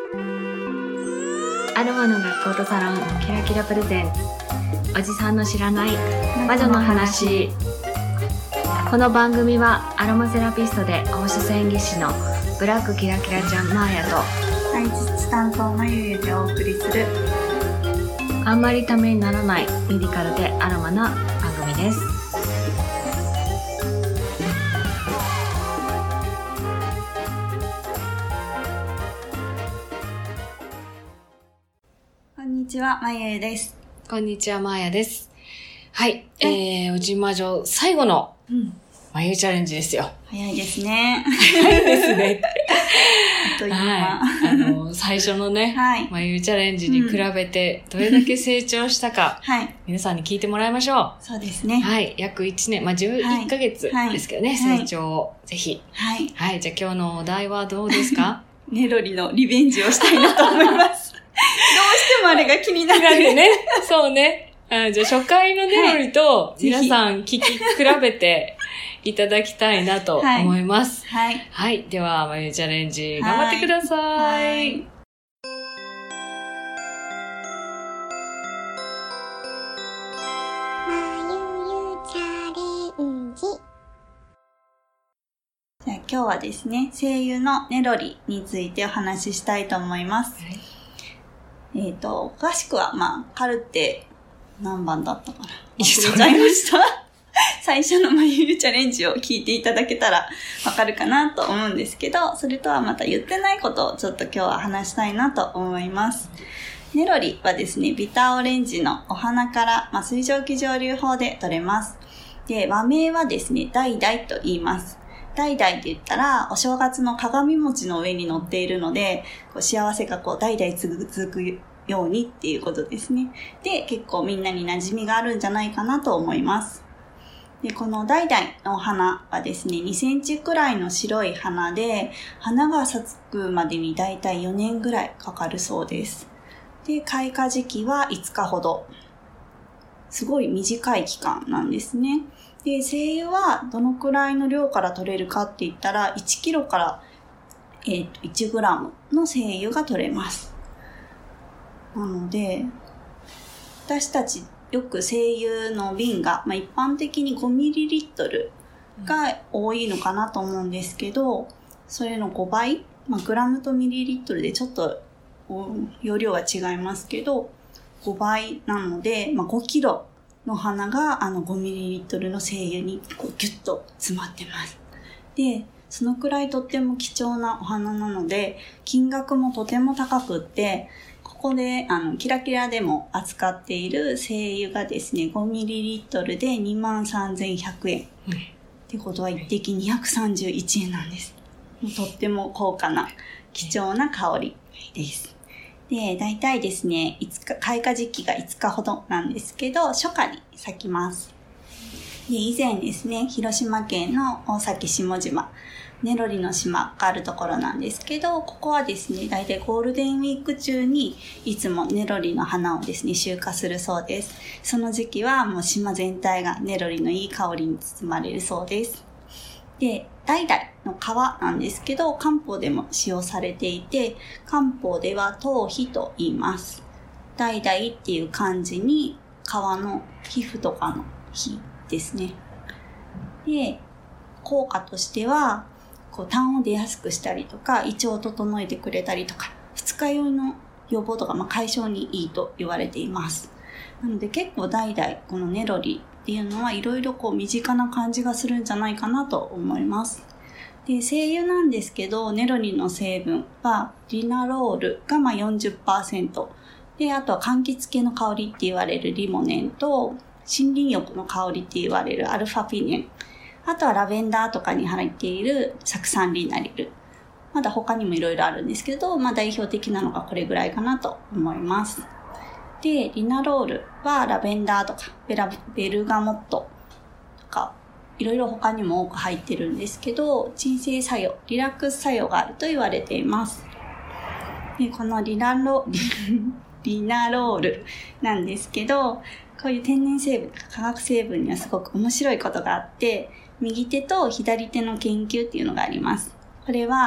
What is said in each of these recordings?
アロマの学校とサロンキラキラプレゼンツ、おじさんの知らない魔女の話。この番組はアロマセラピストで放射線技師のブラックキラキラちゃんマーヤと体質担当まゆゆでお送りするあんまりためにならないメディカルでアロマな番組です。 こんにちは、まゆゆです。 こんにちは、マーヤです。はい、おじまじょ最後のまゆチャレンジですよ。 早いですね。 早いですね。 という間、 はい、最初のね、 はい、 まゆチャレンジに比べてどれだけ成長したか、 はい、 皆さんに聞いてもらいましょう。そうですね。 はい、約1年、11ヶ月ですけどね、 はい、 成長をぜひ。 はい。 はい、じゃあ今日のお題はどうですか？ ネロリのリベンジをしたいなと思います。どうしてもあれが気になってるね。そうね。じゃあ初回のネロリと皆さん聞き比べていただきたいなと思います。 はい。 はい。では、まゆチャレンジ頑張ってください。はい。 じゃあ今日はですね、声優のネロリについてお話ししたいと思います。はい、詳しくは、カルテ何番だったかな忘れちゃいました。最初のまゆゆチャレンジを聞いていただけたらわかるかなと思うんですけど、それとはまた言ってないことをちょっと今日は話したいなと思います。ネロリはですね、ビターオレンジのお花から、水蒸気蒸留法で取れます。で、和名はですね、ダイダイと言います。ダイダイって言ったら、お正月の鏡餅の上に乗っているので、幸せが代々続くようにっていうことですね。で、結構みんなに馴染みがあるんじゃないかなと思います。で、このダイダイの花はですね、2センチくらいの白い花で、花が咲くまでにだいたい4年ぐらいかかるそうです。で、開花時期は5日ほど。すごい短い期間なんですね。で、精油はどのくらいの量から取れるかって言ったら、1キロから1グラムの精油が取れます。なので、私たちよく精油の瓶が、一般的に 5ml が多いのかなと思うんですけど、それの5倍、グラムとミリリットルでちょっと容量は違いますけど、5倍なので、5キロの花が5ml の精油にギュッと詰まってます。で、そのくらいとっても貴重なお花なので、金額もとても高くって、ここでキラキラでも扱っている精油がですね、5ml で 23,100 円。ってことは一滴231円なんです。とっても高価な貴重な香りです。で、大体ですね、開花時期が5日ほどなんですけど、初夏に咲きます。で、以前ですね、広島県の大崎下島、ネロリの島があるところなんですけど、ここはですね、大体ゴールデンウィーク中にいつもネロリの花をですね、収穫するそうです。その時期はもう島全体がネロリのいい香りに包まれるそうです。で、ダイダイの皮なんですけど、漢方でも使用されていて、漢方では頭皮と言います。ダイダイっていう漢字に皮の皮膚とかの皮ですね。で、効果としては、痰を出やすくしたりとか、胃腸を整えてくれたりとか、二日酔いの予防とか、解消にいいと言われています。なので結構代々このネロリっていうのはいろいろ身近な感じがするんじゃないかなと思います。で、精油なんですけど、ネロリの成分はリナロールが40%。で、あとは柑橘系の香りって言われるリモネンと、森林浴の香りって言われるアルファピネン。あとはラベンダーとかに入っている酢酸リナリル。まだ他にもいろいろあるんですけど、代表的なのがこれぐらいかなと思います。で、リナロールはラベンダーとかベルガモットとか、いろいろ他にも多く入ってるんですけど、鎮静作用、リラックス作用があると言われています。で、このリナロールなんですけど、こういう天然成分、化学成分にはすごく面白いことがあって、右手と左手の研究っていうのがあります。これは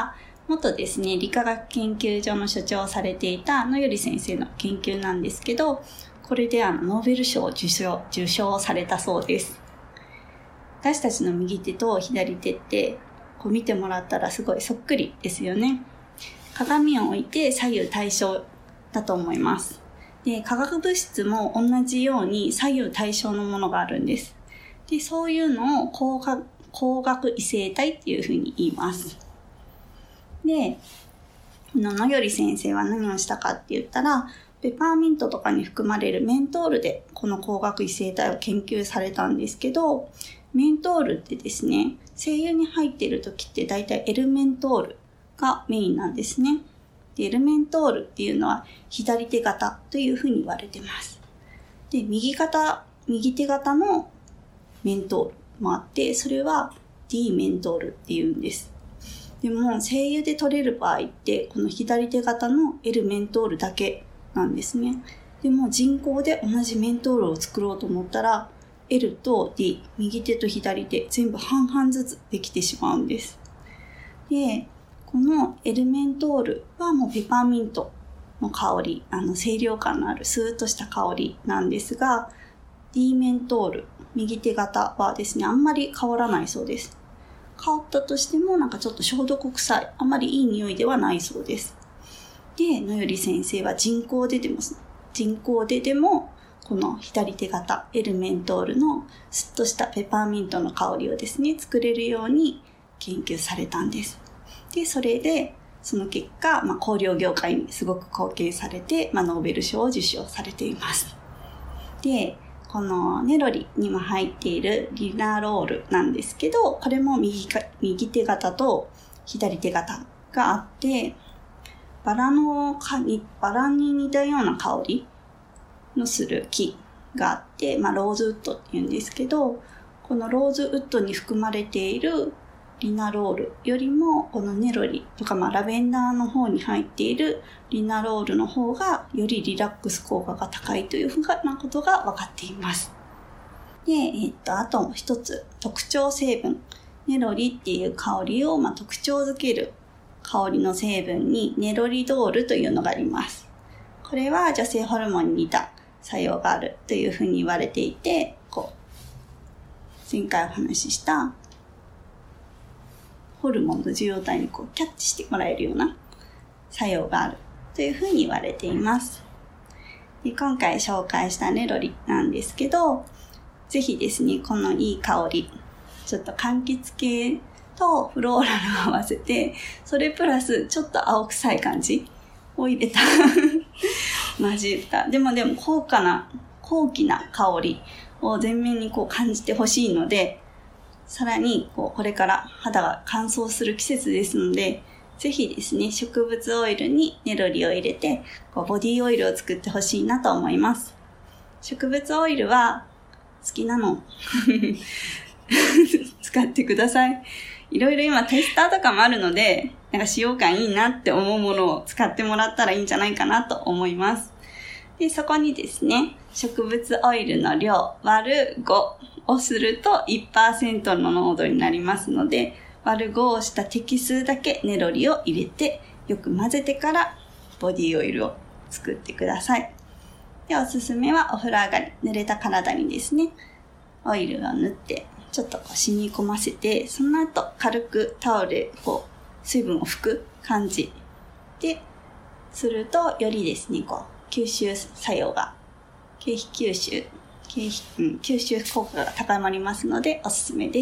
元ですね、理化学研究所の所長をされていた野頼先生の研究なんですけど、これでノーベル賞を受賞されたそうです。私たちの右手と左手ってこう見てもらったらすごいそっくりですよね。鏡を置いて左右対称だと思います。で、化学物質も同じように左右対称のものがあるんです。で、そういうのを光学異性体っていうふうに言います。で、野頼先生は何をしたかって言ったら、ペパーミントとかに含まれるメントールでこの光学異性体を研究されたんですけど、メントールってですね、精油に入っている時ってだいたいエルメントールがメインなんですね。で、エルメントールっていうのは左手型というふうに言われてます。で、右手型のメントールもあって、それは D メントールっていうんです。でも、精油で取れる場合って、この左手型の L メントールだけなんですね。でも、人工で同じメントールを作ろうと思ったら、L と D、右手と左手、全部半々ずつできてしまうんです。で、この L メントールはもうペパーミントの香り、清涼感のあるスーッとした香りなんですが、D メントール、右手型はですね、あんまり香らないそうです。香ったとしてもなんかちょっと消毒臭い、あまりいい匂いではないそうです。で、野頼先生は人工ででもこの左手型エルメントールのスッとしたペパーミントの香りをですね、作れるように研究されたんです。で、それでその結果、香料業界にすごく貢献されて、ノーベル賞を受賞されています。で、このネロリにも入っているリナロールなんですけど、これも右手型と左手型があって、バラに似たような香りのする木があって、ローズウッドって言うんですけど、このローズウッドに含まれているリナロールよりも、このネロリとかラベンダーの方に入っているリナロールの方がよりリラックス効果が高いというふうなことが分かっています。で、あと一つ特徴成分。ネロリっていう香りを特徴づける香りの成分にネロリドールというのがあります。これは女性ホルモンに似た作用があるというふうに言われていて、前回お話ししたホルモンの受容体にキャッチしてもらえるような作用があるというふうに言われています。で、今回紹介したネロリなんですけど、ぜひですね、このいい香り、ちょっと柑橘系とフローラルを合わせて、それプラスちょっと青臭い感じを入れた混じった。でも高貴な香りを前面に感じてほしいので、さらにこれから肌が乾燥する季節ですので、ぜひですね、植物オイルにネロリを入れてボディオイルを作ってほしいなと思います。植物オイルは好きなの使ってください。いろいろ今テスターとかもあるので、使用感いいなって思うものを使ってもらったらいいんじゃないかなと思います。で、そこにですね、植物オイルの量割る5をすると 1% の濃度になりますので、割る5をした適数だけネロリを入れて、よく混ぜてからボディオイルを作ってください。で、おすすめはお風呂上がり、濡れた体にですね、オイルを塗って、ちょっと染み込ませて、その後軽くタオルで水分を拭く感じですると、よりですね、吸収作用が、吸収効果が高まりますのでおすすめです。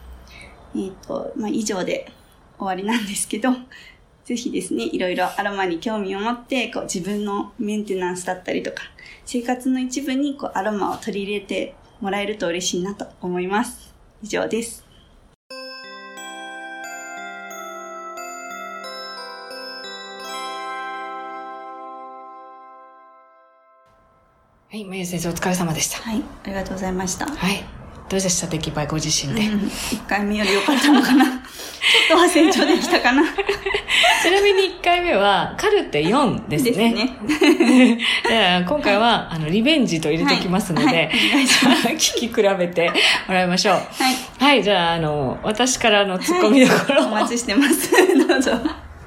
以上で終わりなんですけど、ぜひですね、いろいろアロマに興味を持って、自分のメンテナンスだったりとか、生活の一部にアロマを取り入れてもらえると嬉しいなと思います。以上です。 はい、まゆ先生お疲れ様でした。 はい、ありがとうございました。 はい。どうでした出来栄えご自身で。 1回目より良かったのかなちょっとは成長できたかなちなみに1回目はカルテ4ですね。ですね。だから今回はリベンジと入れておきますので、聞き比べてもらいましょう。はい。はい、じゃあ私からのツッコミどころお待ちしてます。どうぞ。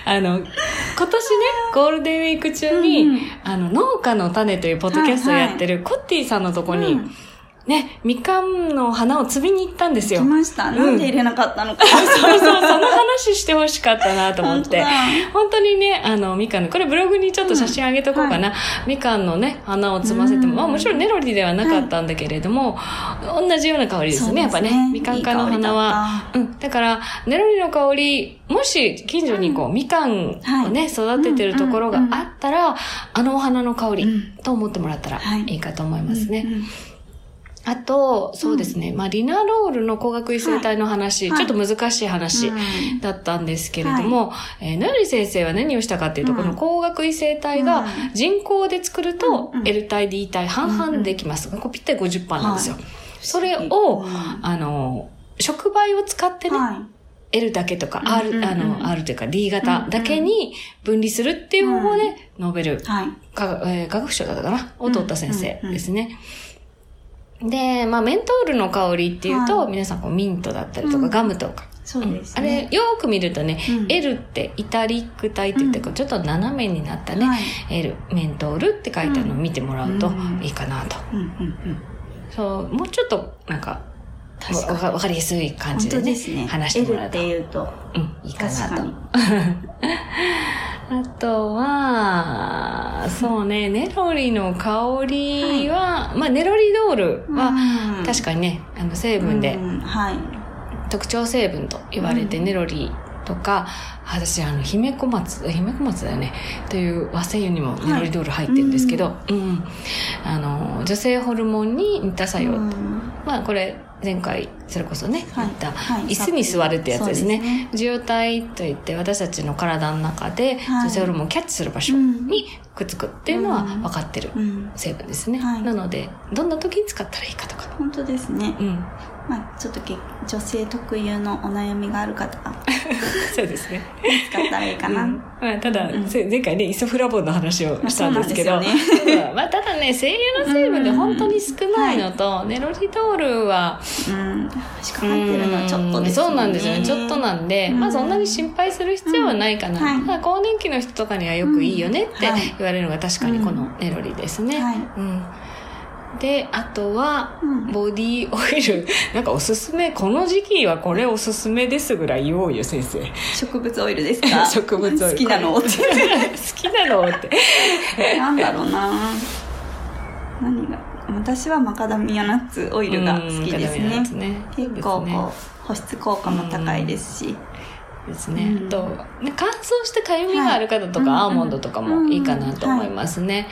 今年ね、ゴールデンウィーク中に、農家の種というポッドキャストをやってるコッティさんのとこに、ね、みかんの花を摘みに行ったんですよ。 来ました。なんで入れなかったのか。 そう、その話してほしかったなと思って。本当にね、みかんの、これブログにちょっと写真あげとこうかな。みかんのね、花を摘ませても、もちろんネロリではなかったんだけれども、同じような香りですね。やっぱね、みかん科の花は。だから、ネロリの香り、もし近所にみかんをね、育ててるところがあったら、お花の香りと思ってもらったらいいかと思いますね。あと、そうですね。リナロールの光学異性体の話、ちょっと難しい話だったんですけれども、ノヨリ先生は何をしたかっていうと、この光学異性体が人工で作ると L 体、D 体半々できます。ここぴったり 50% なんですよ。それを、触媒を使ってね、L だけとか R というか D 型だけに分離するっていう方法で、ノーベル化学賞だったかなを取った先生ですね。で、メントールの香りっていうと、皆さんミントだったりとか、ガムとか。 そうですね。 あれ、よーく見るとね、L ってイタリック体って言って、ちょっと斜めになったね、L、メントールって書いてあるのを見てもらうといいかなと。そう、もうちょっと、なんか、わかりやすい感じでね、話してもらうと。 L って言うと、 いいかなと。あとは、そうね、ネロリの香りは、ネロリドールは、確かにね、成分で、特徴成分と言われて、ネロリとか、私、姫小松だよね、という和精油にもネロリドール入ってるんですけど、女性ホルモンに似た作用。これ、前回、それこそね、言った、椅子に座るってやつですね。受容体といって、私たちの体の中で、女性ホルモンをキャッチする場所にくっつくっていうのは分かってる成分ですね。なので、どんな時に使ったらいいかとか。 本当ですね。ちょっと女性特有のお悩みがある方はそうですね。 使ったらいいかな。 ただ、前回ね、イソフラボンの話をしたんですけど、ただね、精油の成分で本当に少ないのと、ネロリドールは、 しか入ってるのはちょっとですね。 そうなんですよね。ちょっとなんで、そんなに心配する必要はないかな。ただ、更年期の人とかにはよくいいよねって言われるのが確かにこのネロリですね。で、あとは、ボディオイル。なんかおすすめ、この時期はこれおすすめですぐらい言おうよ、先生。 植物オイルですか？ 植物オイル。 好きなのって。 好きなのって。 なんだろうな。何が。私はマカダミアナッツオイルが好きですね。結構保湿効果も高いですし。 ですね。あと、乾燥してかゆみがある方とか、アーモンドとかもいいかなと思いますね。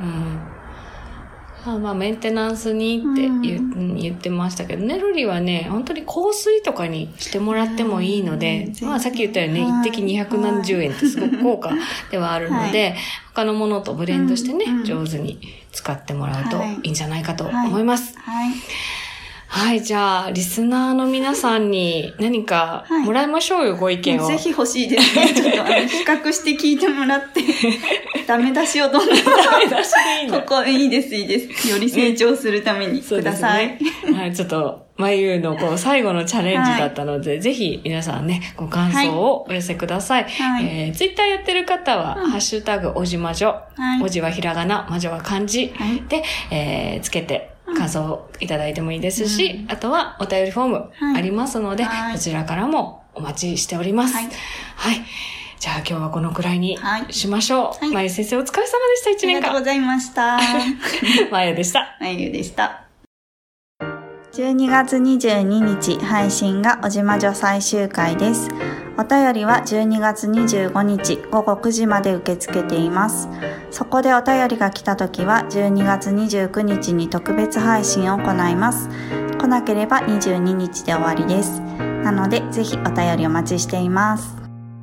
メンテナンスにって言ってましたけど、ネロリはね、本当に香水とかにしてもらってもいいので、さっき言ったようにね、一滴200何十円ってすごく高価ではあるので、他のものとブレンドしてね、上手に使ってもらうといいんじゃないかと思います。はい、じゃあ、リスナーの皆さんに何かもらいましょうよ、ご意見を。 ぜひ欲しいですね。ちょっと比較して聞いてもらって、ダメ出しをどんどん。ダメ出しでいいの？ ここ、いいです。より成長するためにください。 はい、ちょっと、まゆの最後のチャレンジだったので、ぜひ皆さんね、ご感想をお寄せください。ツイッターやってる方は、ハッシュタグ、おじまじょ。おじはひらがな、まじょは漢字。で、つけて、感想をいただいてもいいですし、あとはお便りフォームありますので、そちらからもお待ちしております。はい。じゃあ今日はこのくらいにしましょう。まゆ先生お疲れ様でした、1年間。 ありがとうございました。 まゆでした。 まゆでした。12月22日配信がおじまじょ最終回です。お便りは12月25日午後9時まで受け付けています。そこでお便りが来た時は12月29日に特別配信を行います。来なければ22日で終わりです。なのでぜひお便りお待ちしています。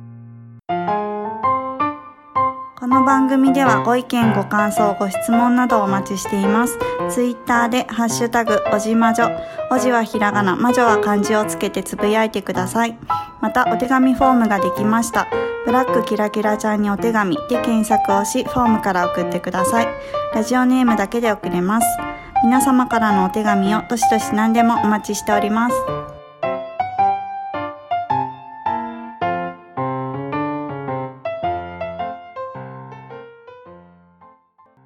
この番組ではご意見、ご感想、ご質問などをお待ちしています。ツイッターでハッシュタグおじまじょ、おじはひらがな、まじょは漢字をつけてつぶやいてください。またお手紙フォームができました。ブラックキラキラちゃんにお手紙で検索をし、フォームから送ってください。ラジオネームだけで送れます。皆様からのお手紙をどしどし何でもお待ちしております。